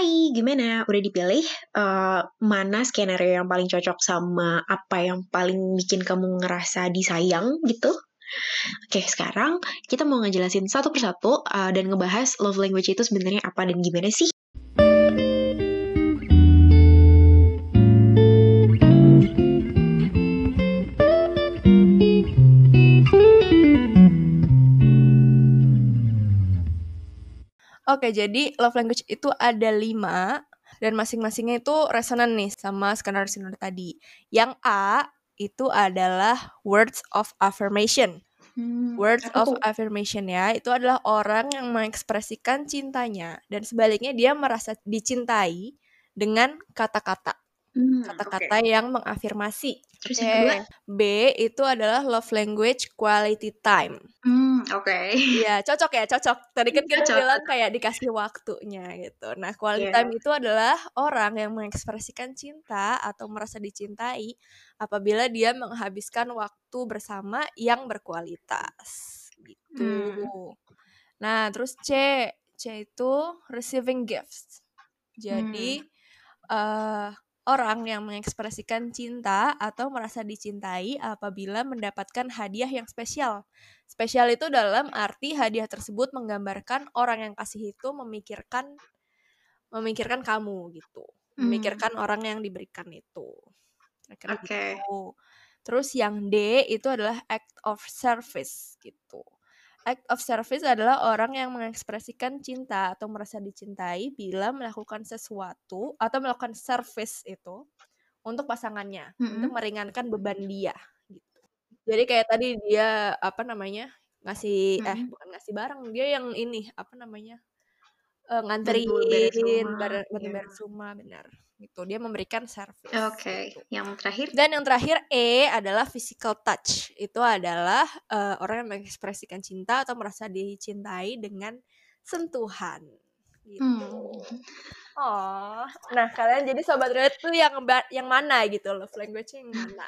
Hai, gimana? Udah dipilih mana skenario yang paling cocok sama apa yang paling bikin kamu ngerasa disayang gitu? Oke, sekarang kita mau ngejelasin satu persatu dan ngebahas love language itu sebenarnya apa dan gimana sih? Oke, jadi love language itu ada 5 dan masing-masingnya itu resonan nih sama skenario tadi. Yang A itu adalah words of affirmation. Words Apa of tuh? affirmation ya, itu adalah orang yang mengekspresikan cintanya dan sebaliknya dia merasa dicintai dengan kata-kata. Oke. Kata-kata yang mengafirmasi. Terus yang kedua? B itu adalah love language quality time. Oke. Iya, cocok ya, cocok. Tadi kan kita Cocok. bilang kayak dikasih waktunya gitu. Nah, quality Iya. time itu adalah orang yang mengekspresikan cinta atau merasa dicintai apabila dia menghabiskan waktu bersama yang berkualitas gitu. Nah, terus C itu receiving gifts. Jadi orang yang mengekspresikan cinta atau merasa dicintai apabila mendapatkan hadiah yang spesial. Spesial itu dalam arti hadiah tersebut menggambarkan orang yang kasih itu memikirkan kamu gitu. Memikirkan orang yang diberikan itu. Kira-kira Oke. gitu. Terus yang D itu adalah act of service gitu. Act of service adalah orang yang mengekspresikan cinta atau merasa dicintai bila melakukan sesuatu atau melakukan service itu untuk pasangannya, untuk meringankan beban dia gitu. Jadi kayak tadi dia ngasih bukan ngasih barang, dia yang ini Bantu beres nganterin, rumah. bantu Ya. beres rumah, benar. Gitu. Dia memberikan service Oke. gitu. Yang terakhir? Dan yang terakhir E adalah physical touch. Itu adalah orang yang mengekspresikan cinta atau merasa dicintai dengan sentuhan gitu. Oh, nah kalian jadi sobat Reddit tuh yang mana gitu, love language-nya yang mana?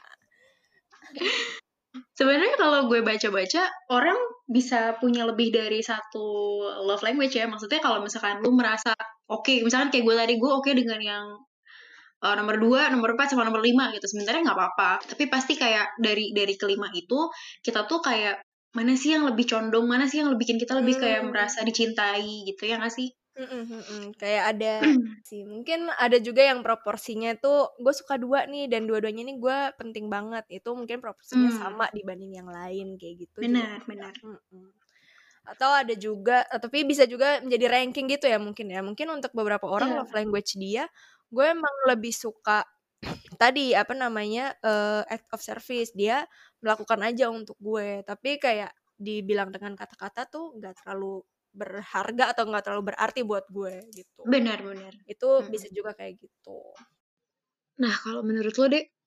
Sebenarnya kalau gue baca-baca, orang bisa punya lebih dari satu love language ya. Maksudnya kalau misalkan lu merasa oke, misalkan kayak gue tadi, gue oke dengan yang nomor 2, nomor 4, sama nomor 5 gitu. Sebenarnya nggak apa-apa. Tapi pasti kayak dari kelima itu, kita tuh kayak, mana sih yang lebih condong, mana sih yang bikin kita lebih kayak merasa dicintai gitu, ya nggak sih? Kayak ada sih, mungkin ada juga yang proporsinya tuh gue suka 2 nih dan dua-duanya nih gue penting banget. Itu mungkin proporsinya sama dibanding yang lain kayak gitu juga. Benar. Atau ada juga, tapi bisa juga menjadi ranking gitu ya mungkin ya. Mungkin untuk beberapa orang Iya. love language dia, gue emang lebih suka tadi act of service. Dia melakukan aja untuk gue, tapi kayak dibilang dengan kata-kata tuh nggak terlalu berharga atau nggak terlalu berarti buat gue gitu. Benar. Itu bisa juga kayak gitu. Nah, kalau menurut lo, Dek,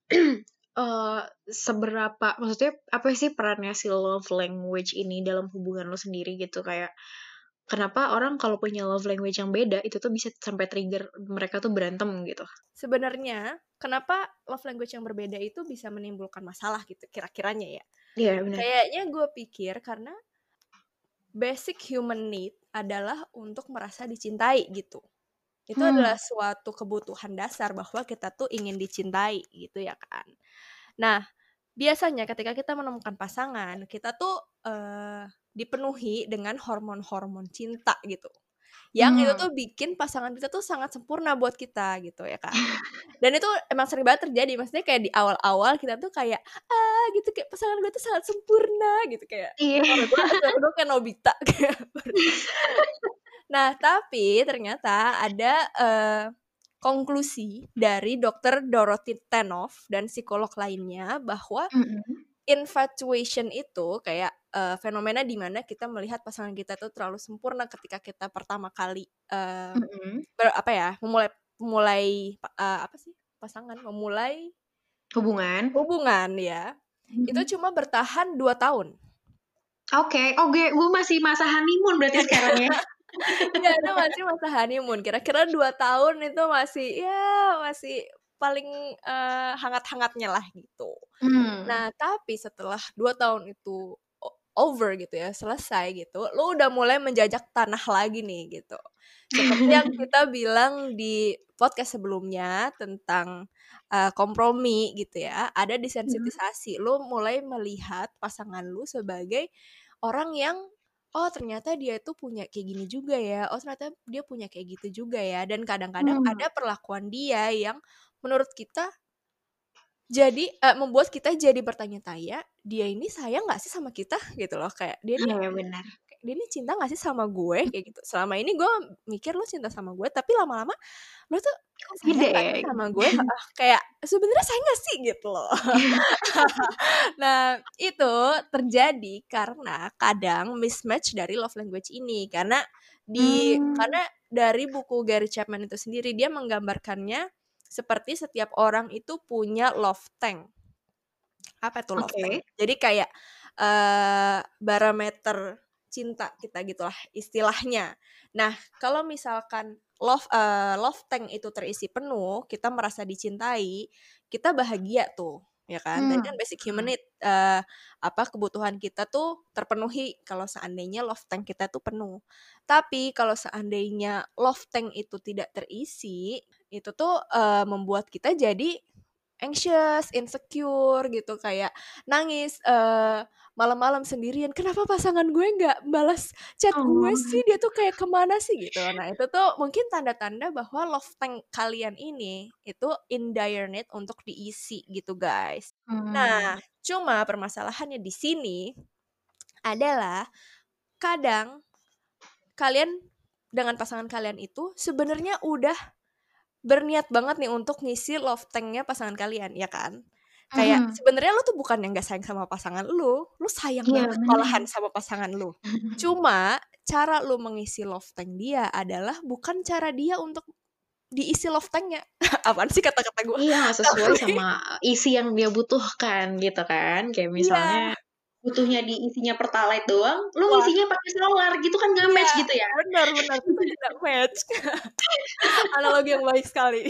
seberapa, maksudnya apa sih perannya si love language ini dalam hubungan lo sendiri gitu? Kayak, kenapa orang kalau punya love language yang beda, itu tuh bisa sampai trigger mereka tuh berantem gitu? Sebenarnya, kenapa love language yang berbeda itu bisa menimbulkan masalah gitu kira-kiranya ya? Iya, benar. Kayaknya gue pikir karena basic human need adalah untuk merasa dicintai gitu. Itu adalah suatu kebutuhan dasar bahwa kita tuh ingin dicintai gitu ya kan. Nah, biasanya ketika kita menemukan pasangan, kita tuh dipenuhi dengan hormon-hormon cinta gitu. Yang itu tuh bikin pasangan kita tuh sangat sempurna buat kita gitu ya kan. Dan itu emang sering banget terjadi, maksudnya kayak di awal-awal kita tuh kayak gitu, kayak pasangan gue tuh sangat sempurna gitu, kayak Iya. suara gue kayak Nobita kayak. Nah, tapi ternyata ada konklusi dari Dr. Dorothy Tanoff dan psikolog lainnya bahwa infatuation itu kayak fenomena di mana kita melihat pasangan kita tuh terlalu sempurna ketika kita pertama kali memulai hubungan ya. Itu cuma bertahan 2 tahun. Oke, gue masih masa honeymoon berarti sekarang ya. Ya, itu masih masa honeymoon. Kira-kira 2 tahun itu masih paling hangat-hangatnya lah gitu. Nah, tapi setelah 2 tahun itu over gitu ya, selesai gitu, lu udah mulai menjajak tanah lagi nih gitu. Seperti yang kita bilang di podcast sebelumnya tentang kompromi gitu ya, ada desensitisasi. Lu mulai melihat pasangan lu sebagai orang yang oh ternyata dia itu punya kayak gini juga ya, oh ternyata dia punya kayak gitu juga ya, dan kadang-kadang ada perlakuan dia yang menurut kita jadi membuat kita jadi bertanya-tanya, dia ini sayang nggak sih sama kita gitu loh, kayak dia nih Iya benar. dia ini cinta nggak sih sama gue kayak gitu. Selama ini gue mikir lu cinta sama gue, tapi lama-lama lu tuh Kok sayang beda nggak ya? sih sama gue? Heeh, kayak sebenarnya sayang nggak sih gitu loh. Nah itu terjadi karena kadang mismatch dari love language ini, karena karena dari buku Gary Chapman itu sendiri dia menggambarkannya seperti setiap orang itu punya love tank. Apa itu love tank? Oke. Jadi kayak barometer cinta kita gitulah istilahnya. Nah, kalau misalkan love tank itu terisi penuh, kita merasa dicintai, kita bahagia tuh, ya kan? Tadi kan basic human need, kebutuhan kita tuh terpenuhi kalau seandainya love tank kita tuh penuh. Tapi kalau seandainya love tank itu tidak terisi, itu tuh membuat kita jadi anxious, insecure gitu, kayak nangis malam-malam sendirian, kenapa pasangan gue nggak balas chat gue Oh. sih, dia tuh kayak kemana sih gitu. Nah itu tuh mungkin tanda-tanda bahwa love tank kalian ini itu in dire need untuk diisi gitu guys. Nah cuma permasalahannya di sini adalah kadang kalian dengan pasangan kalian itu sebenarnya udah berniat banget nih untuk ngisi love tank-nya pasangan kalian, ya kan? Kayak sebenarnya lu tuh bukan yang gak sayang sama pasangan lu sayang Iya banget malahan benar. sama pasangan lu. Cuma cara lu mengisi love tank dia adalah bukan cara dia untuk diisi love tank-nya. Apaan sih kata-kata gue? Iya, nggak sesuai sama isi yang dia butuhkan gitu kan. Kayak misalnya Iya, butuhnya diisinya Pertalite doang, lu wah, ngisinya pakai solar gitu kan nggak iya, match gitu ya. benar-benar itu tidak match. Analogi yang baik sekali.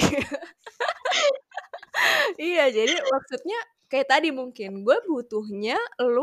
Iya, jadi maksudnya kayak tadi mungkin gue butuhnya lu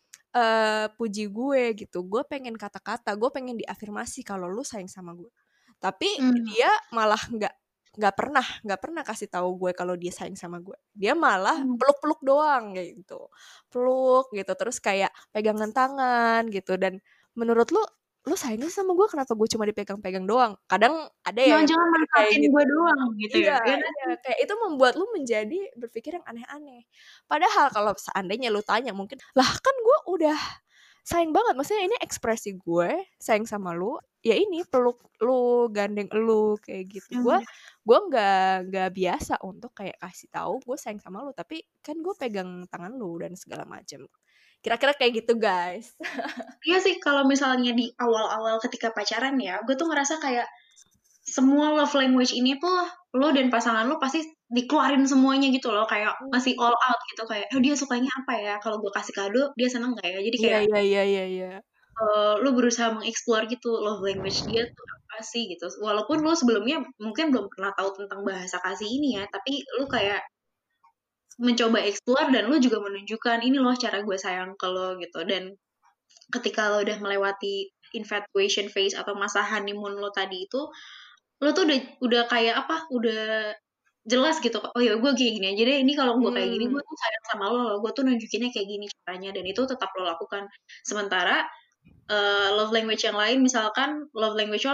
puji gue gitu, gue pengen kata-kata, gue pengen diafirmasi kalau lu sayang sama gue. Tapi dia malah nggak pernah kasih tahu gue kalau dia sayang sama gue. Dia malah peluk-peluk doang kayak gitu, peluk gitu, terus kayak pegangan tangan gitu. Dan menurut lu sayang gak sama gue? Kenapa gue cuma dipegang-pegang doang? Kadang ada ya yang Jangan-jangan mikir kayak manfaatin gitu. gue doang gitu ya. Iya, Iya kan? iya, kayak itu membuat lu menjadi berpikir yang aneh-aneh. Padahal kalau seandainya lu tanya mungkin, lah kan gue udah sayang banget, maksudnya ini ekspresi gue sayang sama lu, ya ini peluk lu, gandeng lu kayak gitu. Gue nggak biasa untuk kayak kasih tahu gue sayang sama lu, tapi kan gue pegang tangan lu dan segala macam. Kira-kira kayak gitu guys. Iya sih kalau misalnya di awal-awal ketika pacaran ya, gue tuh ngerasa kayak semua love language ini tuh lo dan pasangan lo pasti dikeluarin semuanya gitu loh, kayak masih all out gitu, kayak oh dia sukanya apa ya, kalau gue kasih kado dia seneng gak ya, jadi Iya kayak iya iya iya iya. lo berusaha mengeksplor gitu love language dia tuh apa sih gitu, walaupun lo sebelumnya mungkin belum pernah tahu tentang bahasa kasih ini ya, tapi lo kayak mencoba explore dan lo juga menunjukkan ini loh cara gue sayang ke lo gitu. Dan ketika lo udah melewati infatuation phase atau masa honeymoon lo tadi itu, lo tuh udah kayak apa, udah jelas gitu, oh ya gue kayak gini aja deh, ini kalau gue kayak gini gue tuh sayang sama lo, gue tuh nunjukinnya kayak gini caranya, dan itu tetap lo lakukan. Sementara love language yang lain, misalkan love language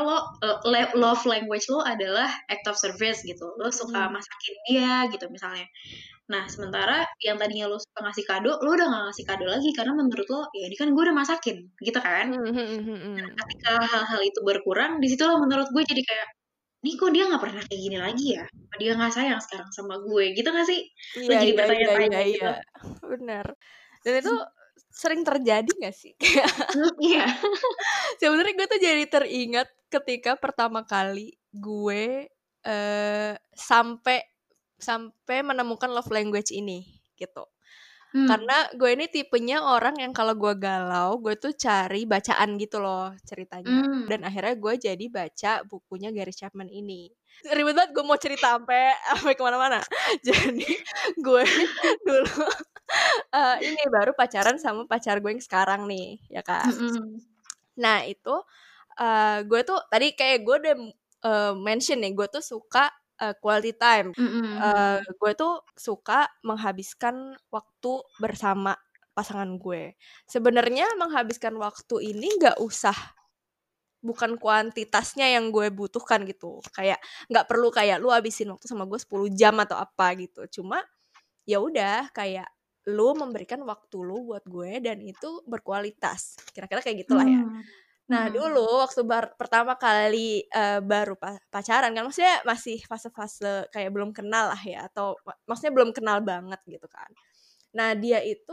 lo adalah act of service gitu, lo suka masakin dia gitu misalnya. Nah sementara yang tadinya lo suka ngasih kado, lo udah gak ngasih kado lagi karena menurut lo ya ini kan gue udah masakin gitu kan. Ketika hal-hal itu berkurang, disitulah menurut gue jadi kayak, nih kok dia nggak pernah kayak gini lagi ya? Apa dia nggak sayang sekarang sama gue? Gitu nggak sih? Lo Iya jadi iya iya iya bertanya-tanya iya, gitu. benar. Dan itu sering terjadi gak sih? Iya. Sebenarnya gue tuh jadi teringat ketika pertama kali gue sampai menemukan love language ini gitu. Karena gue ini tipenya orang yang kalau gue galau, gue tuh cari bacaan gitu loh ceritanya. Dan akhirnya gue jadi baca bukunya Gary Chapman ini. Ribet banget gue mau cerita sampai kemana-mana. Jadi gue dulu Ini baru pacaran sama pacar gue yang sekarang nih, ya kan. Nah itu gue tuh tadi kayak gue udah mention nih, gue tuh suka quality time. Gue tuh suka menghabiskan waktu bersama pasangan gue. Sebenarnya menghabiskan waktu ini nggak usah, bukan kuantitasnya yang gue butuhkan gitu. Kayak nggak perlu kayak lu habisin waktu sama gue 10 jam atau apa gitu. Cuma ya udah kayak lu memberikan waktu lu buat gue dan itu berkualitas. Kira-kira kayak gitulah ya. Nah, dulu waktu pertama kali baru pacaran kan, maksudnya masih fase-fase kayak belum kenal lah ya, atau maksudnya belum kenal banget gitu kan. Nah, dia itu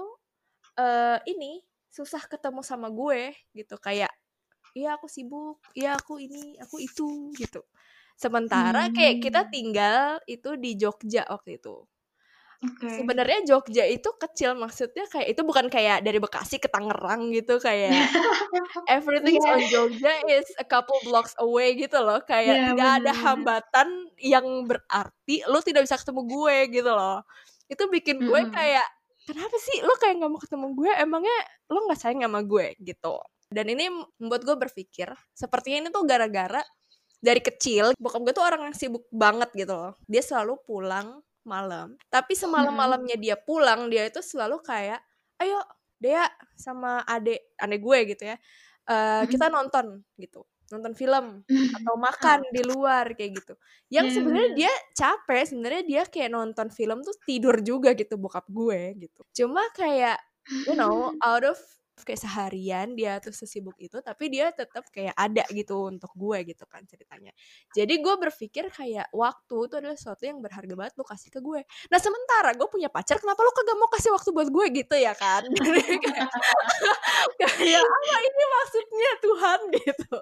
ini susah ketemu sama gue gitu, kayak iya aku sibuk, iya aku ini, aku itu gitu. Sementara kayak kita tinggal itu di Jogja waktu itu. Sebenarnya Jogja itu kecil, maksudnya kayak itu bukan kayak dari Bekasi ke Tangerang gitu, kayak everything on Jogja is a couple blocks away gitu loh, kayak tidak ada hambatan yang berarti lu tidak bisa ketemu gue gitu loh. Itu bikin gue kayak kenapa sih lu kayak nggak mau ketemu gue, emangnya lu nggak sayang sama gue gitu. Dan ini membuat gue berpikir sepertinya ini tuh gara-gara dari kecil bokap gue tuh orang yang sibuk banget gitu loh. Dia selalu pulang malam, tapi semalam-malamnya dia pulang, dia itu selalu kayak ayo Dea sama adek gue gitu ya, kita nonton gitu, nonton film atau makan di luar kayak gitu. Yang sebenarnya dia capek, sebenarnya dia kayak nonton film tuh tidur juga gitu bokap gue gitu. Cuma kayak you know out of kayak seharian dia tuh sesibuk itu, tapi dia tetap kayak ada gitu untuk gue gitu kan ceritanya. Jadi gue berpikir kayak waktu itu adalah sesuatu yang berharga banget lu kasih ke gue. Nah sementara gue punya pacar, kenapa lu kagak mau kasih waktu buat gue gitu ya kan? Kayak apa ini maksudnya Tuhan gitu.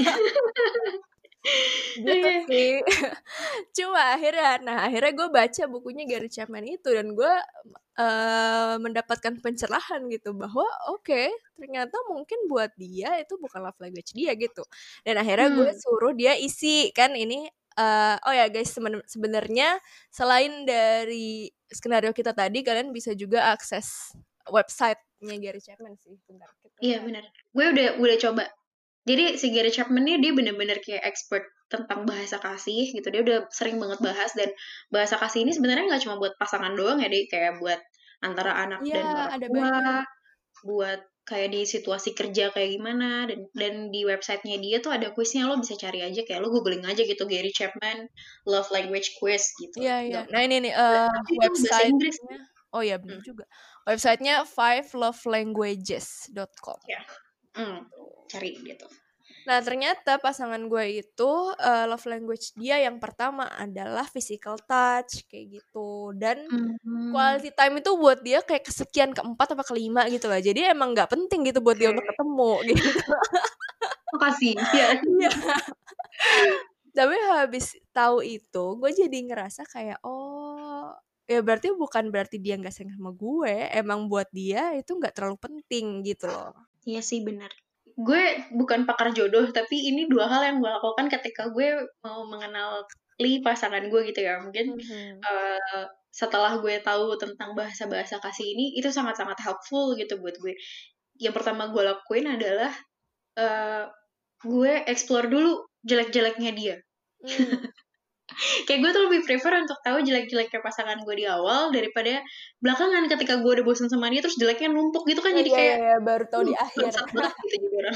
Gitu sih. Cuma akhirnya gue baca bukunya Gary Chapman itu, dan gue mendapatkan pencerahan gitu bahwa oke, ternyata mungkin buat dia itu bukan love language dia gitu. Dan akhirnya gue suruh dia isi kan ini oh ya guys, sebenarnya selain dari skenario kita tadi, kalian bisa juga akses website-nya Gary Chapman sih. Bentar, iya benar, gue udah coba. Jadi si Gary Chapman ini dia bener-bener kayak expert tentang bahasa kasih gitu. Dia udah sering banget bahas, dan bahasa kasih ini sebenarnya nggak cuma buat pasangan doang ya, dia kayak buat antara anak dan orang tua, buat kayak di situasi kerja kayak gimana, dan di websitenya dia tuh ada kuisnya, lo bisa cari aja, kayak lo googling aja gitu Gary Chapman love language quiz gitu. Iya. Nah ini nih Tapi itu bahasa Inggris. oh ya benar juga. Websitenya 5lovelanguages.com. Ya, cari gitu. Nah ternyata pasangan gue itu love language dia yang pertama adalah physical touch kayak gitu, dan quality time itu buat dia kayak kesekian, keempat apa kelima gitu lah. Jadi emang nggak penting gitu buat dia untuk ketemu gitu. Makasih ya. Iya. Tapi habis tahu itu gue jadi ngerasa kayak oh ya berarti bukan berarti dia nggak sayang sama gue, emang buat dia itu nggak terlalu penting gitu loh. Iya sih benar. Gue bukan pakar jodoh, tapi ini dua hal yang gue lakukan ketika gue mau mengenali pasangan gue gitu ya. Mungkin setelah gue tahu tentang bahasa-bahasa kasih ini, itu sangat-sangat helpful gitu buat gue. Yang pertama gue lakuin adalah gue explore dulu jelek-jeleknya dia. Kayak gue tuh lebih prefer untuk tahu jelek-jeleknya pasangan gue di awal daripada belakangan ketika gue udah bosan sama dia terus jeleknya numpuk gitu kan. Jadi kayak baru tahu di akhir banget gitu jadi orang.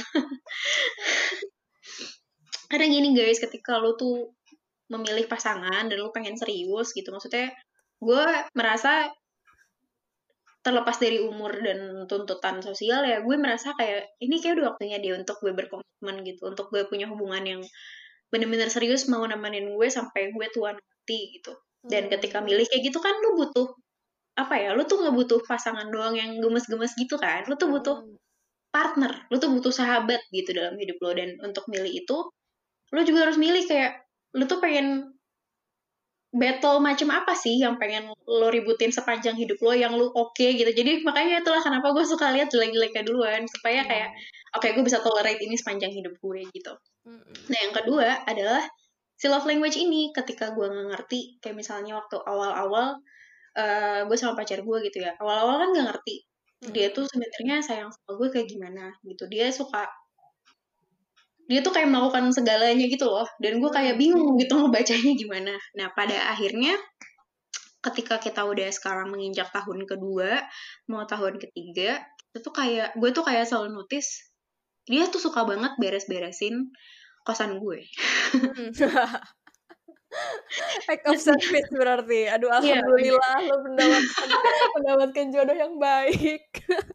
Karena gini guys, ketika lo tuh memilih pasangan dan lo pengen serius gitu, maksudnya gue merasa terlepas dari umur dan tuntutan sosial ya, gue merasa kayak ini kayak udah waktunya dia untuk gue berkomitmen gitu, untuk gue punya hubungan yang bener-bener serius mau nemenin gue sampai gue tua nanti gitu. Dan ketika milih kayak gitu kan lu butuh apa ya, lu tuh nggak butuh pasangan doang yang gemes-gemes gitu kan, lu tuh butuh partner, lu tuh butuh sahabat gitu dalam hidup lo. Dan untuk milih itu lu juga harus milih kayak lu tuh pengen battle macam apa sih yang pengen lo ributin sepanjang hidup lo yang lu oke gitu. Jadi makanya itulah kenapa gue suka lihat jelek-jeleknya duluan supaya kayak oke, gue bisa tolerate ini sepanjang hidup gue gitu. Nah yang kedua adalah si love language ini, ketika gue nggak ngerti, kayak misalnya waktu awal-awal gue sama pacar gue gitu ya, awal-awal kan nggak ngerti dia tuh sebenarnya sayang sama gue kayak gimana gitu. Dia tuh kayak melakukan segalanya gitu loh, dan gue kayak bingung gitu ngebacanya gimana. Nah pada akhirnya ketika kita udah sekarang menginjak tahun kedua mau tahun ketiga, gue tuh kayak selalu notice dia tuh suka banget beres-beresin kosan gue. Act of service berarti. Aduh, Iya, alhamdulillah lo mendapatkan jodoh yang baik.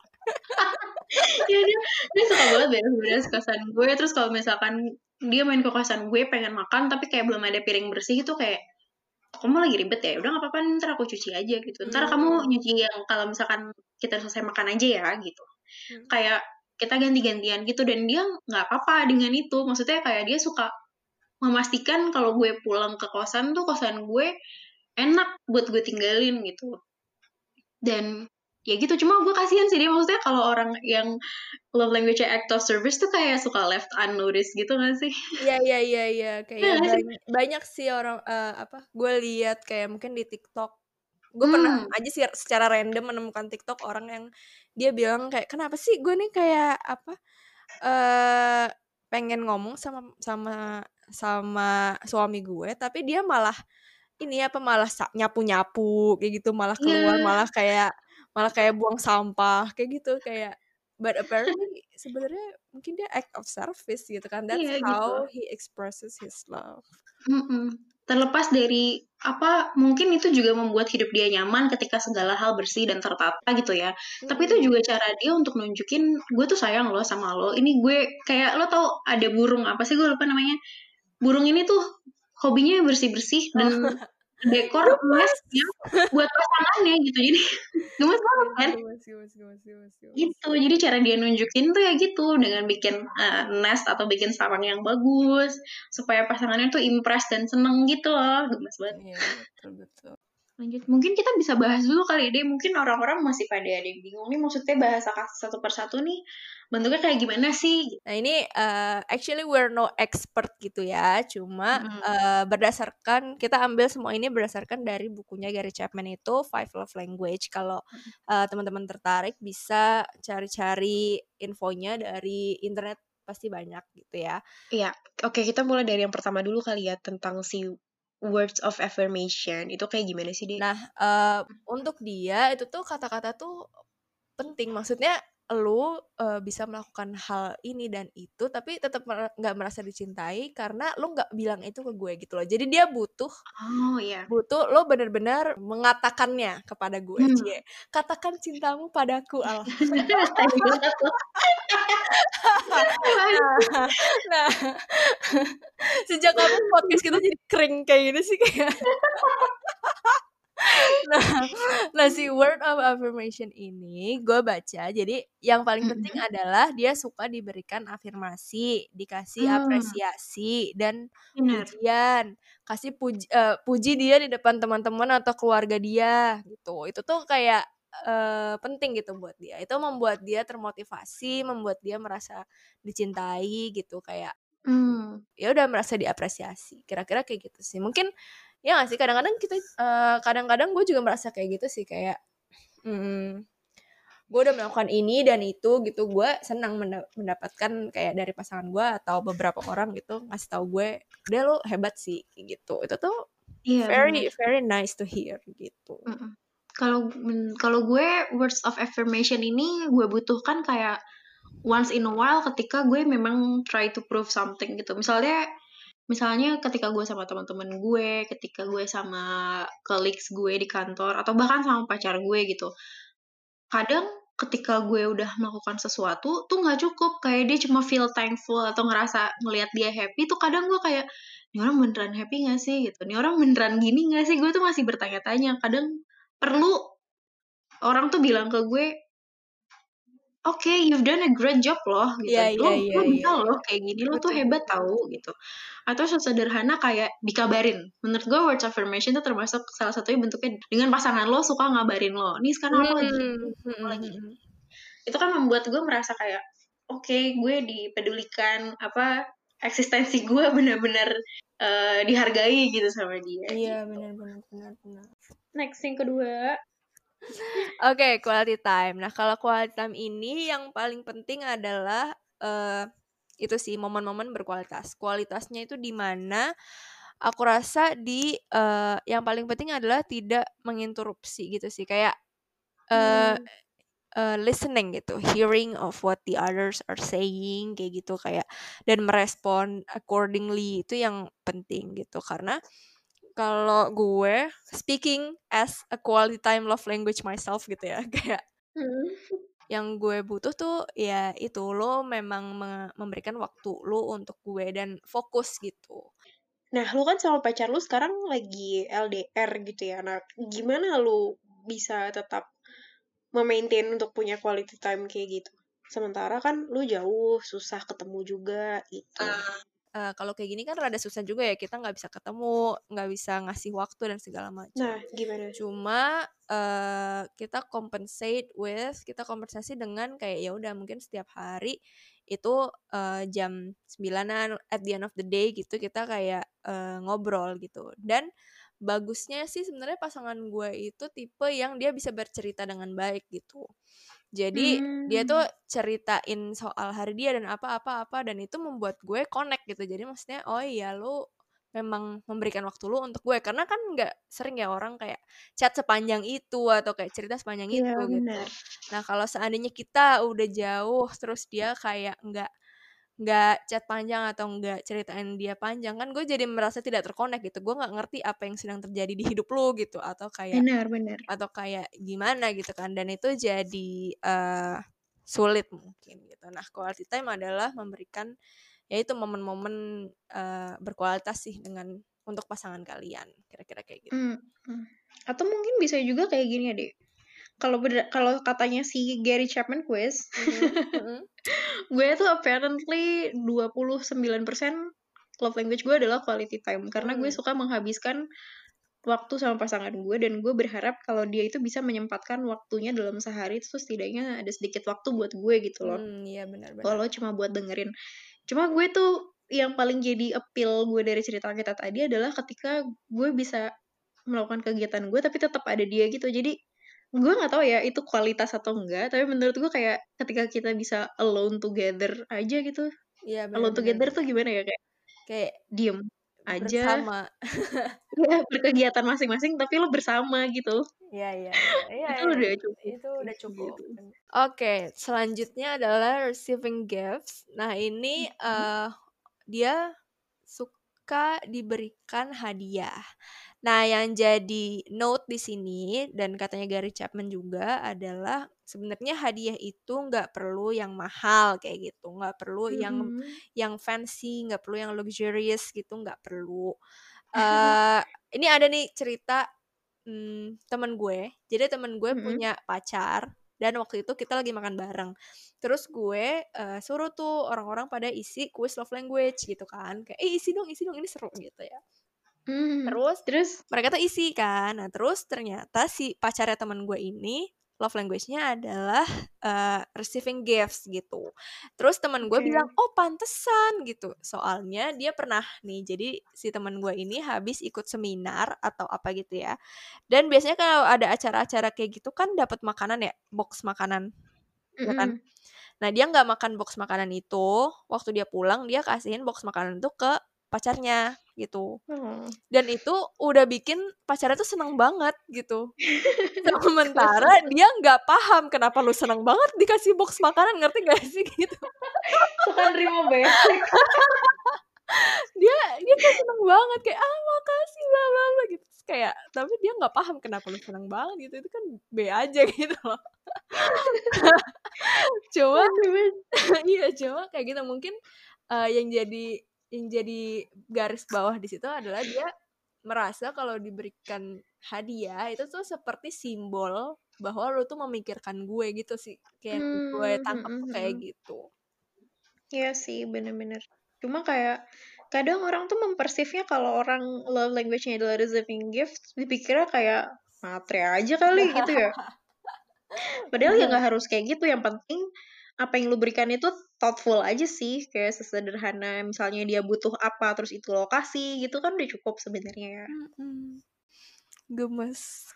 iya dia suka banget beres-beres kosan gue. Terus kalau misalkan dia main ke kosan gue pengen makan tapi kayak belum ada piring bersih itu kayak, kamu lagi ribet ya, udah nggak apa-apa ntar aku cuci aja gitu, ntar kamu nyuci yang kalau misalkan kita selesai makan aja ya gitu. Kayak kita ganti-gantian gitu, dan dia nggak apa-apa dengan itu. Maksudnya kayak dia suka memastikan kalau gue pulang ke kosan tuh kosan gue enak buat gue tinggalin gitu. Dan ya gitu, cuma gue kasihan sih dia, maksudnya kalau orang yang love language act of service tuh kayak suka left unnoticed gitu gak sih? Iya, kayak banyak sih orang gue lihat kayak mungkin di TikTok. Gue pernah aja sih secara random menemukan TikTok orang yang dia bilang kayak, kenapa sih gue nih kayak pengen ngomong sama suami gue, tapi dia malah malah nyapu-nyapu kayak gitu, malah keluar malah kayak buang sampah kayak gitu, kayak but apparently sebenarnya mungkin dia act of service gitu kan. That's Iya gitu. how he expresses his love. Terlepas dari mungkin itu juga membuat hidup dia nyaman ketika segala hal bersih dan tertata gitu ya. Tapi itu juga cara dia untuk nunjukin gue tuh sayang loh sama lo. Ini gue kayak, lo tau ada burung apa sih, gue lupa namanya. Burung ini tuh hobinya bersih-bersih dan dekor nestnya buat pasangannya gitu. Jadi gemes banget kan? Gemes. Gitu. Jadi cara dia nunjukin tuh ya gitu, dengan bikin nest atau bikin sarang yang bagus supaya pasangannya tuh impress dan seneng gitu loh. Gemes banget. Iya, betul. Lanjut, mungkin kita bisa bahas dulu kali deh. Mungkin orang-orang masih pada ada yang bingung nih, maksudnya bahasa satu persatu nih bentuknya kayak gimana sih? Nah ini actually we're no expert gitu ya, cuma berdasarkan kita ambil semua ini berdasarkan dari bukunya Gary Chapman itu Five Love Language. Kalau teman-teman tertarik bisa cari-cari infonya dari internet, pasti banyak gitu ya. Iya, oke, kita mulai dari yang pertama dulu kali ya, tentang si words of affirmation. Itu kayak gimana sih, Dek? Nah, untuk dia itu tuh kata-kata tuh penting. Maksudnya lu bisa melakukan hal ini dan itu tapi tetap nggak merasa dicintai karena lu nggak bilang itu ke gue gitu loh. Jadi dia butuh lo benar-benar mengatakannya kepada gue. Cie, katakan cintamu padaku, Allah. Nah, sejak kamu podcast kita jadi kering kayak gini sih kayak. Nah si word of affirmation ini gue baca, jadi yang paling penting adalah dia suka diberikan afirmasi, dikasih apresiasi dan pujian, kasih puji dia di depan teman-teman atau keluarga dia gitu. Itu tuh kayak penting gitu buat dia. Itu membuat dia termotivasi, membuat dia merasa dicintai gitu, kayak ya udah merasa diapresiasi. Kira-kira kayak gitu sih. Mungkin ya nggak sih, kadang-kadang gue juga merasa kayak gitu sih, kayak gue udah melakukan ini dan itu gitu, gue senang mendapatkan kayak dari pasangan gue atau beberapa orang gitu ngasih tahu gue, udah lo hebat sih gitu. Itu tuh very nice to hear gitu. Kalau gue words of affirmation ini gue butuhkan kayak once in a while ketika gue memang try to prove something gitu. Misalnya ketika gue sama teman-teman gue, ketika gue sama colleagues gue di kantor, atau bahkan sama pacar gue gitu. Kadang ketika gue udah melakukan sesuatu tuh nggak cukup, kayak dia cuma feel thankful atau ngerasa ngelihat dia happy tuh, kadang gue kayak, ini orang beneran happy gak sih gitu, ini orang beneran gini gak sih, gue tuh masih bertanya-tanya. Kadang perlu orang tuh bilang ke gue, oke, you've done a great job loh gitu. Lo bisa loh kayak gini, lo tuh hebat tahu gitu. Atau sesederhana kayak dikabarin. Menurut gue words of affirmation itu termasuk salah satunya bentuknya dengan pasangan lo suka ngabarin lo. Nih sekarang apa lagi. Itu kan membuat gue merasa kayak, oke, gue dipedulikan, eksistensi gue benar-benar dihargai gitu sama dia. Iya, gitu. benar. Next yang kedua. Oke, quality time. Nah, kalau quality time ini yang paling penting adalah itu sih momen-momen berkualitas. Kualitasnya itu di mana aku rasa yang paling penting adalah tidak menginterupsi gitu sih. Kayak listening gitu, hearing of what the others are saying kayak gitu kayak dan merespon accordingly itu yang penting gitu. Karena kalau gue speaking as a quality time love language myself gitu ya, kayak yang gue butuh tuh ya itu lo memang memberikan waktu lo untuk gue dan fokus gitu. Nah, lu kan sama pacar lu sekarang lagi LDR gitu ya. Nah, gimana lu bisa tetap memaintain untuk punya quality time kayak gitu? Sementara kan lu jauh, susah ketemu juga gitu. Kalau kayak gini kan rada susah juga ya, kita nggak bisa ketemu, nggak bisa ngasih waktu dan segala macam. Nah, gimana? Cuma kita kompensasi dengan kayak ya udah mungkin setiap hari itu jam 9-an at the end of the day gitu kita kayak ngobrol gitu. Dan bagusnya sih sebenarnya pasangan gue itu tipe yang dia bisa bercerita dengan baik gitu. Jadi dia tuh ceritain soal hari dia dan apa-apa dan itu membuat gue connect gitu. Jadi maksudnya oh iya lu memang memberikan waktu lu untuk gue karena kan nggak sering ya orang kayak chat sepanjang itu atau kayak cerita sepanjang Iya, itu gitu. benar. Nah kalau seandainya kita udah jauh terus dia kayak nggak chat panjang atau nggak ceritain dia panjang kan gue jadi merasa tidak terkonek gitu. Gue nggak ngerti apa yang sedang terjadi di hidup lu gitu Benar, benar. atau kayak gimana gitu kan dan itu jadi sulit mungkin gitu. Nah quality time adalah memberikan yaitu momen-momen berkualitas sih untuk pasangan kalian kira-kira kayak gitu. Atau mungkin bisa juga kayak gini ya, Dek. Kalau katanya si Gary Chapman quiz, gue tuh apparently 29% love language gue adalah quality time. Karena gue suka menghabiskan waktu sama pasangan gue dan gue berharap kalau dia itu bisa menyempatkan waktunya dalam sehari itu setidaknya ada sedikit waktu buat gue gitu loh. Iya benar-benar. Kalau cuma buat dengerin. Cuma gue tuh yang paling jadi appeal gue dari cerita kita tadi adalah ketika gue bisa melakukan kegiatan gue tapi tetap ada dia gitu. Jadi gue nggak tahu ya itu kualitas atau enggak, tapi menurut gue kayak ketika kita bisa alone together aja gitu. Iya Alone benar-benar together tuh gimana ya, kayak diem aja, bersama. ya berkegiatan masing-masing tapi lo bersama gitu. Iya Itu udah cukup itu sih, udah cukup. gitu. Oke, selanjutnya adalah receiving gifts. Nah ini dia suka diberikan hadiah. Nah, yang jadi note di sini dan katanya Gary Chapman juga adalah sebenarnya hadiah itu nggak perlu yang mahal kayak gitu, nggak perlu yang fancy, nggak perlu yang luxurious gitu, nggak perlu. Ini ada nih cerita temen gue. Jadi temen gue punya pacar dan waktu itu kita lagi makan bareng. Terus gue suruh tuh orang-orang pada isi quiz love language gitu kan. Kayak isi dong ini seru gitu ya. Terus mereka tuh isi kan. Nah terus ternyata si pacarnya teman gue ini love language-nya adalah receiving gifts gitu. Terus teman gue bilang, oh pantesan gitu. Soalnya dia pernah nih, jadi si teman gue ini habis ikut seminar atau apa gitu ya. Dan biasanya kalau ada acara-acara kayak gitu kan dapat makanan ya, box makanan, ya kan? Nah dia nggak makan box makanan itu. Waktu dia pulang dia kasihin box makanan itu ke pacarnya gitu. Dan itu udah bikin pacarnya tuh seneng banget gitu. Sementara dia nggak paham kenapa lu seneng banget dikasih box makanan, ngerti gak sih gitu. Suka nerima basic. dia kayak seneng banget kayak makasih bla bla bla gitu. Terus kayak tapi dia nggak paham kenapa lu seneng banget gitu. Itu kan B aja gitu loh. Cuma iya cuma kayak gitu mungkin yang jadi garis bawah di situ adalah dia merasa kalau diberikan hadiah itu tuh seperti simbol bahwa lu tuh memikirkan gue gitu sih. Kayak yang gue tangkap tuh kayak gitu. Iya sih, bener-bener. Cuma kayak kadang orang tuh mempersifnya kalau orang love language-nya adalah receiving gifts, dipikirnya kayak matre aja kali gitu ya. Padahal ya nggak harus kayak gitu. Yang penting apa yang lu berikan itu thoughtful aja sih. Kayak sesederhana misalnya dia butuh apa terus itu lokasi gitu kan udah cukup sebenarnya ya. Gemes.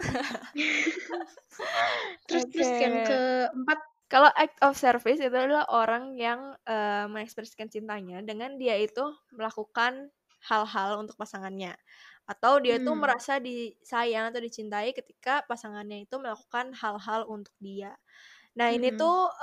Terus yang keempat, kalau act of service itu adalah orang yang mengekspresikan cintanya dengan dia itu melakukan hal-hal untuk pasangannya, atau dia tuh merasa disayang atau dicintai ketika pasangannya itu melakukan hal-hal untuk dia. Nah ini tuh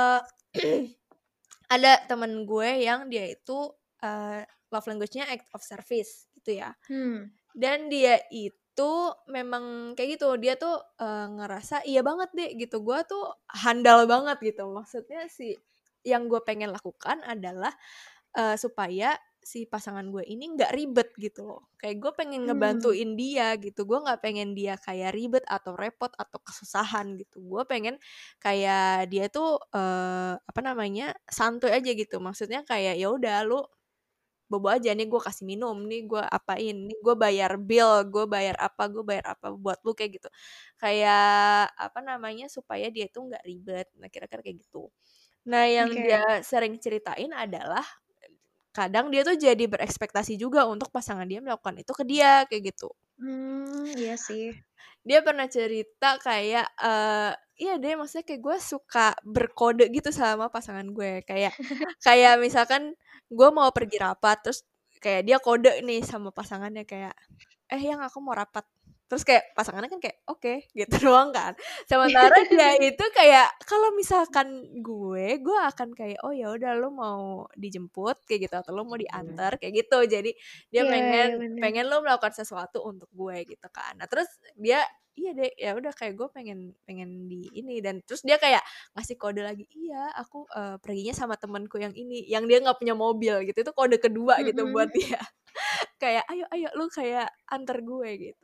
ada temen gue yang dia itu love language-nya act of service gitu ya. Dan dia itu memang kayak gitu, dia tuh ngerasa iya banget deh gitu, gue tuh handal banget gitu. Maksudnya sih yang gue pengen lakukan adalah supaya si pasangan gue ini nggak ribet gitu loh. Kayak gue pengen ngebantuin dia gitu, gue nggak pengen dia kayak ribet atau repot atau kesusahan gitu. Gue pengen kayak dia tuh santuy aja gitu. Maksudnya kayak ya udah lu bobo aja nih, gue kasih minum nih, gue apain nih, gue bayar bill, gue bayar apa buat lu kayak gitu. Kayak supaya dia tuh nggak ribet. Nah kira-kira kayak gitu. Nah yang dia sering ceritain adalah kadang dia tuh jadi berekspektasi juga untuk pasangan dia melakukan itu ke dia kayak gitu. Iya sih. Dia pernah cerita kayak iya deh, maksudnya kayak gue suka berkode gitu sama pasangan gue, kayak misalkan gue mau pergi rapat, terus kayak dia kode nih sama pasangannya kayak yang aku mau rapat, terus kayak pasangannya kan kayak oke, gitu doang kan. Sementara dia itu kayak kalau misalkan gue akan kayak oh ya udah lu mau dijemput kayak gitu atau lu mau diantar kayak gitu. Jadi dia pengen lu melakukan sesuatu untuk gue gitu kan. Nah terus dia iya deh, ya udah kayak gue pengen di ini, dan terus dia kayak ngasih kode lagi, iya aku perginya sama temanku yang ini yang dia nggak punya mobil gitu. Itu kode kedua gitu buat dia. Kayak ayo lu kayak antar gue gitu.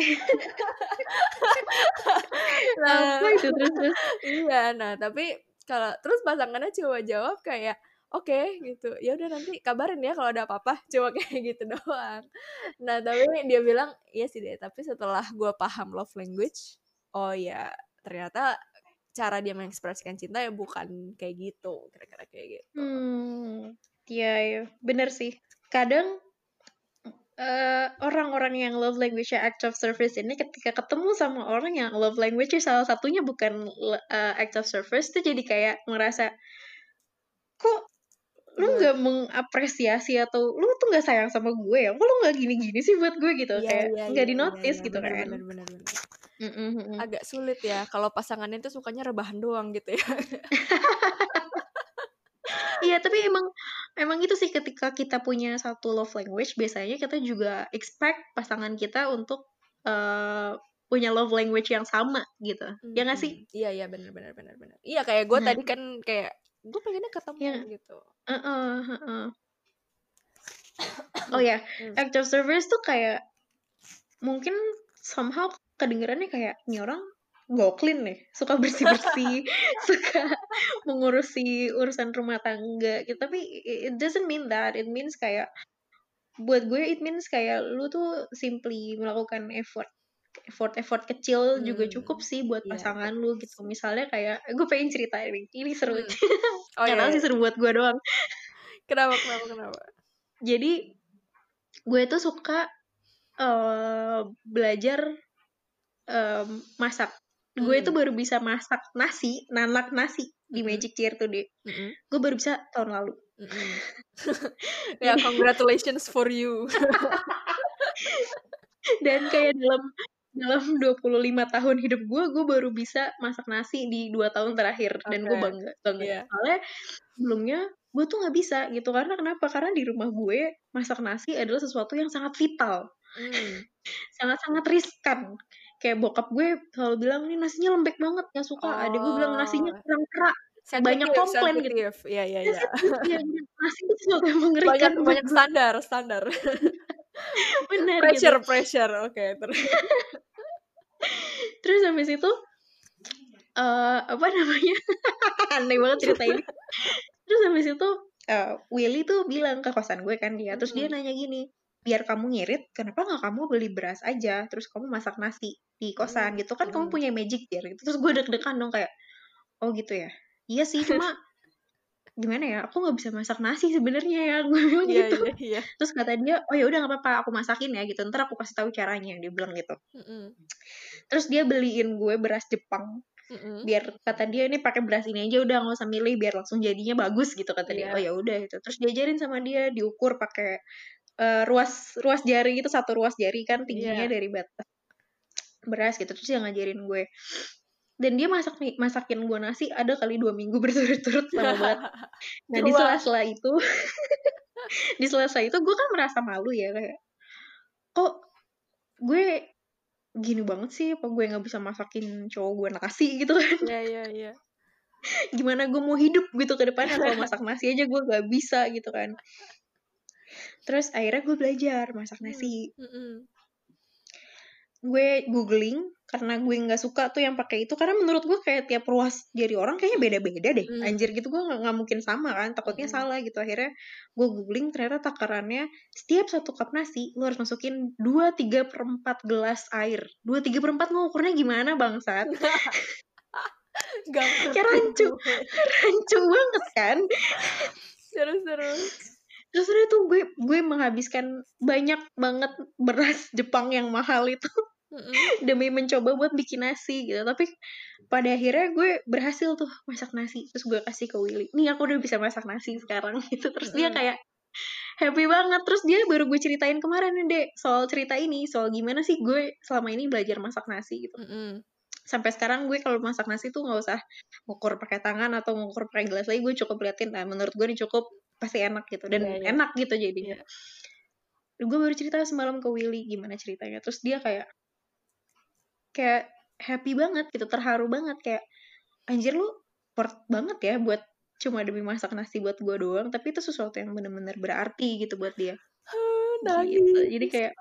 Nah, apa itu terus? iya, nah tapi kalau terus pasangannya cuma jawab kayak oke gitu, ya udah nanti kabarin ya kalau ada apa-apa, cuma kayak gitu doang. Nah tapi dia bilang iya sih deh, tapi setelah gue paham love language, oh ya ternyata cara dia mengekspresikan cinta ya bukan kayak gitu, kira-kira kayak gitu. Iya, bener sih. Kadang orang-orang yang love language act of service ini ketika ketemu sama orang yang love language salah satunya bukan act of service tuh jadi kayak ngerasa kok lu nggak mengapresiasi atau lu tuh nggak sayang sama gue ya, kok lu nggak gini-gini sih buat gue gitu, kayak nggak di notice gitu kan. Bener. Agak sulit ya kalau pasangannya tuh sukanya rebahan doang gitu ya. Iya, tapi emang itu sih, ketika kita punya satu love language biasanya kita juga expect pasangan kita untuk punya love language yang sama gitu. Ya nggak sih? Iya bener. Iya kayak gue tadi kan kayak gue pengennya ketemu gitu. Oh ya, act of service tuh kayak mungkin somehow kedengerannya kayak ini orang goklin nih, suka bersih-bersih, suka mengurusi urusan rumah tangga gitu. Tapi it doesn't mean that. It means kayak buat gue it means kayak lu tuh simply melakukan effort kecil juga cukup sih buat pasangan lu gitu. Misalnya kayak gue pengen cerita ini seru. Nggak tahu sih seru buat gue doang. Kenapa? Jadi gue tuh suka belajar masak. Gue tuh baru bisa masak nasi, nanak nasi di Magic Chair tuh deh. Gue baru bisa tahun lalu. Ya, congratulations for you. Dan kayak dalam 25 tahun hidup gue baru bisa masak nasi di 2 tahun terakhir. Dan gue bangga banget. Soalnya sebelumnya gue tuh gak bisa gitu. Karena kenapa? Karena di rumah gue masak nasi adalah sesuatu yang sangat vital. Sangat-sangat riskan. Kayak bokap gue selalu bilang, nih nasinya lembek banget, gak suka. Adik gue bilang nasinya kurang kerak, banyak komplain gitu. Iya. Nasi itu sesuatu yang mengerikan. Banyak standar. Benar pressure. Oke, terus. Terus habis itu aneh banget cerita ini. Terus habis itu Willy tuh bilang ke kosan gue kan dia. Terus dia nanya gini, biar kamu ngirit, kenapa gak kamu beli beras aja, terus kamu masak nasi di kosan gitu kan, kamu punya Magic Jar gitu. Terus gue deg-degan dong kayak, oh gitu ya. Iya sih, cuma gimana ya, aku nggak bisa masak nasi sebenarnya ya, gue bilang gitu. Terus kata dia, oh ya udah nggak apa-apa, aku masakin ya gitu, ntar aku kasih tahu caranya, dia bilang gitu. Terus dia beliin gue beras Jepang, biar kata dia ini pakai beras ini aja udah nggak usah milih, biar langsung jadinya bagus gitu kata dia. Oh ya udah itu. Terus diajarin sama dia diukur pakai ruas jari itu, 1 ruas jari kan tingginya dari batas beras gitu. Terus dia ngajarin gue. Dan dia masakin gue nasi ada kali 2 minggu berturut-turut, lama banget. Nah di sela-sela itu di sela-sela itu gue kan merasa malu ya, kayak kok gue gini banget sih, apa gue nggak bisa masakin cowok gue nasi gitu kan. Iya. Gimana gue mau hidup gitu ke depannya kalau masak nasi aja gue nggak bisa gitu kan. Terus akhirnya gue belajar masak nasi. Gue googling karena gue nggak suka tuh yang pakai itu, karena menurut gue kayak tiap ruas jari orang kayaknya beda-beda deh. Anjir gitu, gue nggak mungkin sama kan, takutnya salah gitu. Akhirnya gue googling, ternyata takarannya setiap 1 cup nasi lu harus masukin 2/3/4 gelas air. 2/3/4 mau ukurnya gimana bangsat? Kayak rancu banget kan. Terus udah tuh gue menghabiskan banyak banget beras Jepang yang mahal itu demi mencoba buat bikin nasi gitu. Tapi pada akhirnya gue berhasil tuh masak nasi. Terus gue kasih ke Willy, nih aku udah bisa masak nasi sekarang gitu. Terus dia kayak happy banget. Terus dia baru gue ceritain kemarin nih Dek, soal cerita ini, soal gimana sih gue selama ini belajar masak nasi gitu. Sampai sekarang gue kalau masak nasi tuh nggak usah ngukur pakai tangan atau ngukur pakai gelas lagi, gue cukup liatin, nah menurut gue ini cukup, pasti enak gitu, dan enak gitu jadinya. Gue baru cerita semalam ke Willy gimana ceritanya, terus dia kayak happy banget gitu, terharu banget, kayak anjir lu worth banget ya buat cuma demi masak nasi buat gue doang, tapi itu sesuatu yang benar-benar berarti gitu buat dia. Gitu. Jadi kayak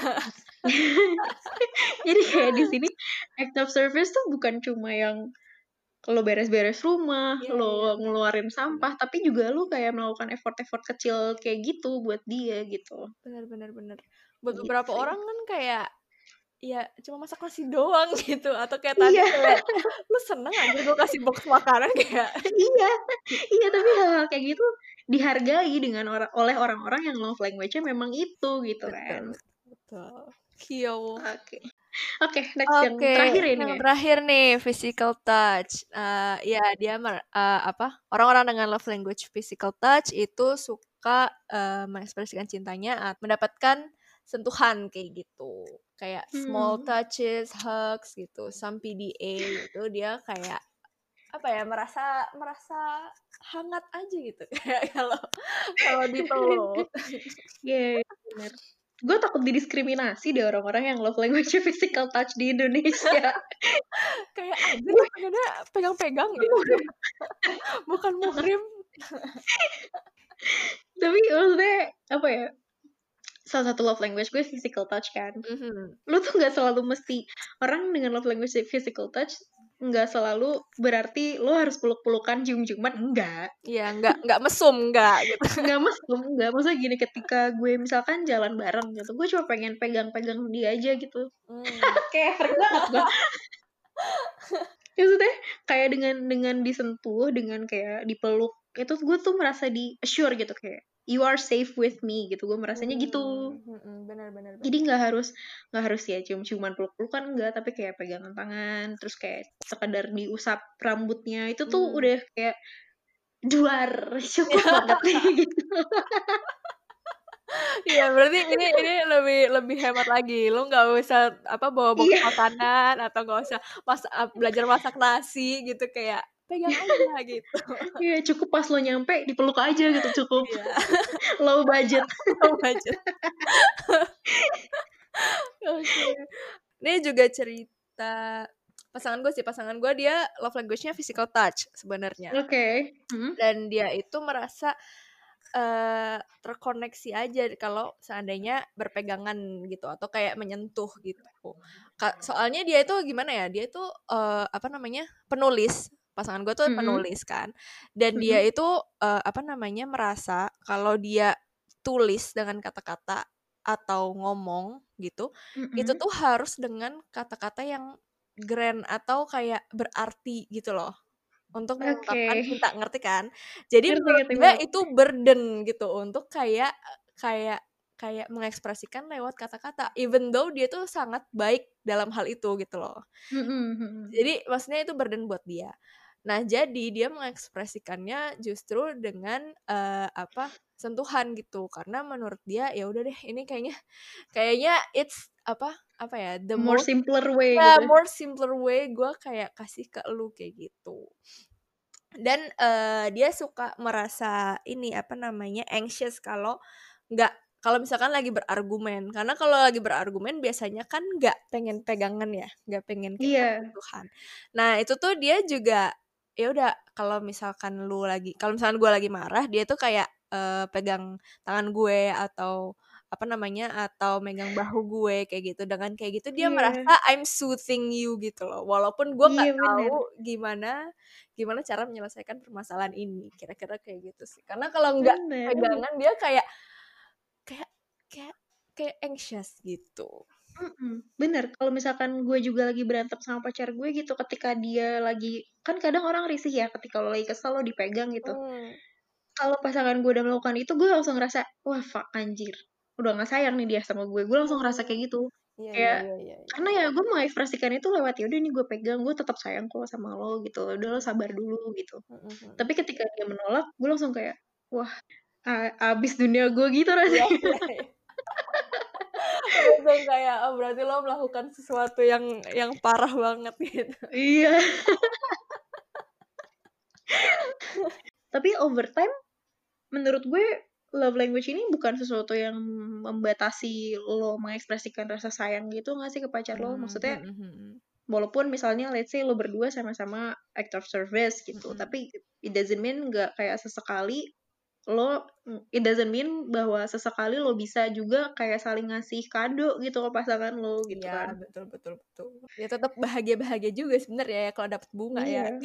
jadi kayak di sini act of service tuh bukan cuma yang lo beres-beres rumah, lo ngeluarin sampah, tapi juga lo kayak melakukan effort-effort kecil kayak gitu buat dia gitu. Bener. Buat gitu beberapa orang kan kayak ya cuma masak nasi doang gitu, atau kayak tadi kayak lu seneng aja gue kasih box makanan kayak iya tapi hal-hal kayak gitu dihargai dengan oleh orang-orang yang love language-nya memang itu gitu. Betul. Kyo. Oke, next yang terakhir ini. Yang terakhir nih, physical touch. Ya dia orang-orang dengan love language physical touch itu suka mengekspresikan cintanya mendapatkan sentuhan kayak gitu. Kayak small touches, hugs gitu. Some PDA itu dia kayak merasa hangat aja gitu kayak kalau dipeluk. Iya, benar. Gue takut didiskriminasi deh orang-orang yang love language physical touch di Indonesia. Kayak anjir lu pengennya pegang-pegang gitu. Bukan muhrim. Tapi maksudnya apa ya, salah satu love language gue physical touch kan. Lu tuh gak selalu mesti, orang dengan love language physical touch nggak selalu berarti lo harus peluk-pelukan, cium-ciuman, enggak. Iya, enggak mesum, enggak gitu. Enggak mesum, enggak. Maksudnya gini, ketika gue misalkan jalan bareng gitu, gue cuma pengen pegang-pegang dia aja gitu. Kayak freak banget gue. Maksudnya kayak dengan disentuh, dengan kayak dipeluk, itu gue tuh merasa di assure gitu, kayak you are safe with me gitu, gue merasanya gitu. Benar. Jadi nggak harus ya cium-ciuman, peluk-pelukan, enggak, tapi kayak pegangan tangan, terus kayak sekadar diusap rambutnya, itu tuh udah kayak cukup banget gitu. Iya, berarti ini lebih hemat lagi. Lu nggak usah bawa box makanan atau nggak usah belajar masak nasi gitu, kayak pegang aja gitu. Iya, cukup pas lo nyampe dipeluk aja gitu, cukup. Low budget. Oke. Ini juga cerita pasangan gue dia love language-nya physical touch sebenarnya. Oke. Dan dia itu merasa terkoneksi aja kalau seandainya berpegangan gitu atau kayak menyentuh gitu. Soalnya dia itu gimana ya? Dia itu penulis. Pasangan gue tuh penulis kan. Dan dia itu merasa kalau dia tulis dengan kata-kata atau ngomong gitu, itu tuh harus dengan kata-kata yang grand atau kayak berarti gitu loh. untuk Oke. mengungkapkan cinta, ngerti kan? Jadi Ngerti menurut ngerti dia banget. itu burden gitu untuk kayak kayak kayak mengekspresikan lewat kata-kata, even though dia tuh sangat baik dalam hal itu gitu loh. Jadi maksudnya itu burden buat dia. Nah, jadi dia mengekspresikannya justru dengan sentuhan gitu. Karena menurut dia ya udah deh, ini kayaknya it's apa ya, the More most simpler way gitu. more simpler way gue kayak kasih ke lu kayak gitu. Dan dia suka merasa ini anxious kalau misalkan lagi berargumen, karena kalau lagi berargumen biasanya kan nggak pengen pegangan ya, nggak pengen kayak Iya. sentuhan. Nah itu tuh dia juga ya udah, kalau misalkan gue lagi marah, dia tuh kayak pegang tangan gue atau atau megang bahu gue kayak gitu. Dengan kayak gitu dia merasa Iya. I'm soothing you gitu loh, walaupun gue nggak Iya bener. tahu gimana cara menyelesaikan permasalahan ini, kira-kira kayak gitu sih. Karena kalau nggak Bener. pegangan dia kayak kayak kayak kayak anxious gitu. Bener, kalau misalkan gue juga lagi berantem sama pacar gue gitu, ketika dia lagi kan kadang orang risih ya ketika lo lagi kesel lo dipegang gitu. Kalau pasangan gue udah melakukan itu, gue langsung ngerasa, wah fuck anjir, udah gak sayang nih dia sama gue langsung ngerasa kayak gitu. Iya iya Kayak, iya iya. karena ya gue mengekspresikan itu lewat, ya udah nih gue pegang, gue tetap sayang kok sama lo gitu, udah lo sabar dulu gitu. Tapi ketika dia menolak, gue langsung kayak, wah abis dunia gue gitu Iya rasanya. iya iya. Langsung kayak berarti lo melakukan sesuatu yang parah banget gitu. Iya. Tapi over time, menurut gue love language ini bukan sesuatu yang membatasi lo mengekspresikan rasa sayang gitu nggak sih ke pacar lo? Maksudnya, walaupun misalnya let's say lo berdua sama-sama act of service gitu, tapi it doesn't mean nggak kayak sesekali it doesn't mean bahwa sesekali lo bisa juga kayak saling ngasih kado gitu ke pasangan lo gitu Iya, kan. betul betul betul. Ya tetap bahagia-bahagia juga sebenarnya ya kalau dapat bunga ya. Iya.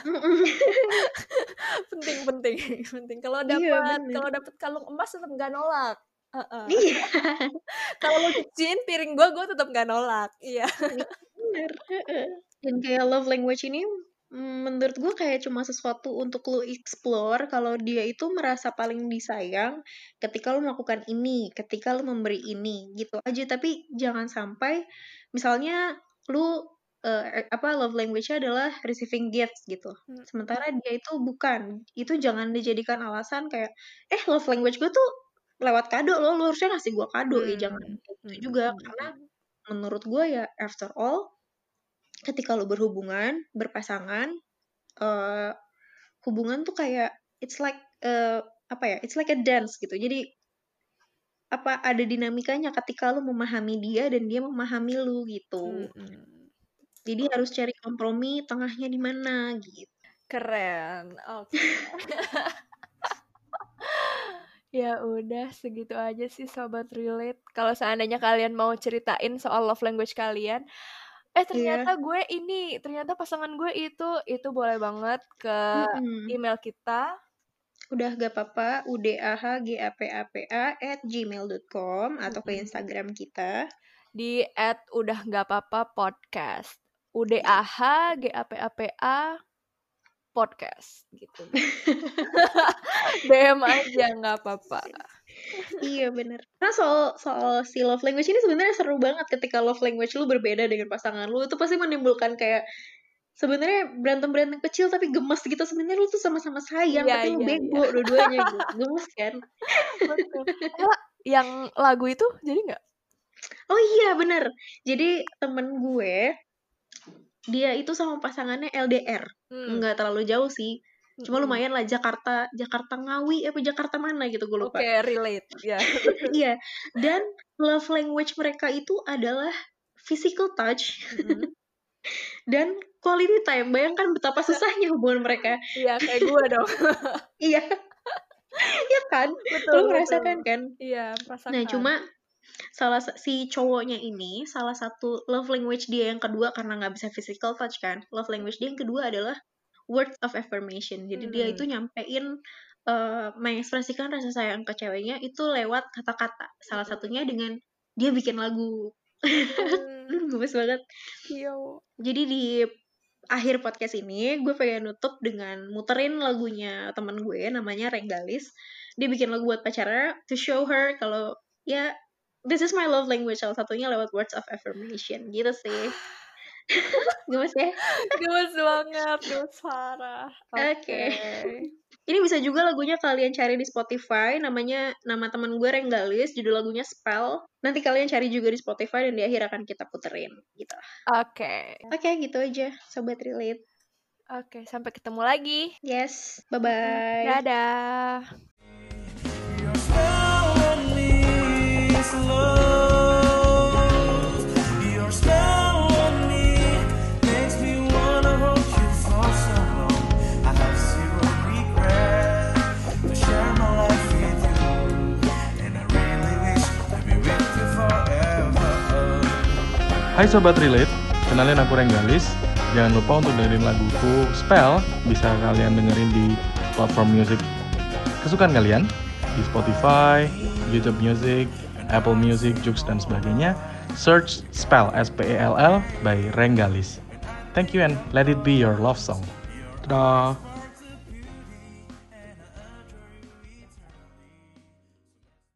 penting. Kalau Iya dapat bener. kalung emas tetap nggak nolak. Iya. Kalau lo cuciin piring gue tetap nggak nolak. Iya. Bener. Dan kayak love language ini menurut gue kayak cuma sesuatu untuk lo explore kalau dia itu merasa paling disayang ketika lo melakukan ini, ketika lo memberi ini, gitu aja. Tapi jangan sampai misalnya lo love language-nya adalah receiving gifts gitu. Sementara dia itu bukan. Itu jangan dijadikan alasan kayak love language gue tuh lewat kado lo harusnya ngasih gue kado. Jangan gitu juga, karena menurut gue ya after all ketika lo berhubungan, berpasangan, hubungan tuh kayak it's like it's like a dance gitu. Jadi ada dinamikanya ketika lo memahami dia dan dia memahami lo gitu. Jadi harus cari kompromi tengahnya di mana gitu. Keren. Oke. Ya udah, segitu aja sih Sobat Relate. Kalau seandainya kalian mau ceritain soal love language kalian, ternyata pasangan gue itu boleh banget ke email kita. Udah gak apa-apa, udahgapapa@gmail.com atau ke Instagram kita di @udahnggakpapa_podcast. UDAHGAPAPA podcast gitu. DM aja nggak apa-apa. Iya bener. Karena soal si love language ini sebenarnya seru banget ketika love language lu berbeda dengan pasangan lu. Itu pasti menimbulkan kayak sebenarnya berantem kecil tapi gemes gitu. Sebenarnya lu tuh sama-sama sayang tapi lu bego dua-duanya gitu. Gemes kan? Betul. Yang lagu itu jadi nggak? Oh iya bener. Jadi temen gue dia itu sama pasangannya LDR. Nggak terlalu jauh sih. Cuma lumayan lah, Jakarta Ngawi apa Jakarta mana gitu gue lupa. Oke, relate ya. Iya. Dan love language mereka itu adalah physical touch dan quality time. Bayangkan betapa susahnya hubungan mereka. Iya, kayak gue dong. Iya. Iya kan? Betul, Lu merasakan kan? Iya, merasakan. Nah, cuma si cowoknya ini salah satu love language dia yang kedua, karena nggak bisa physical touch kan, love language dia yang kedua adalah words of affirmation. Jadi dia itu nyampein mengekspresikan rasa sayang ke ceweknya itu lewat kata-kata. Salah satunya dengan dia bikin lagu. Gemes banget. Yo. Jadi di akhir podcast ini, gue pengen nutup dengan muterin lagunya temen gue, namanya Renggalis. Dia bikin lagu buat pacarnya, to show her kalau, ya, this is my love language, salah satunya lewat words of affirmation, gitu sih. Gemes ya? Gemes banget, gemes parah. Oke. Ini bisa juga lagunya kalian cari di Spotify, nama teman gue Renggalis, judul lagunya Spell. Nanti kalian cari juga di Spotify dan di akhir akan kita puterin gitu. Oke, gitu aja Sobat Relate. Oke, sampai ketemu lagi. Yes, bye-bye. Dadah. Hai Sobat Relate, kenalin aku Renggalis. Jangan lupa untuk dengerin laguku Spell, bisa kalian dengerin di platform music kesukaan kalian, di Spotify, YouTube Music, Apple Music, Joox, dan sebagainya. Search Spell, S-P-E-L-L by Renggalis. Thank you and let it be your love song. Dadah!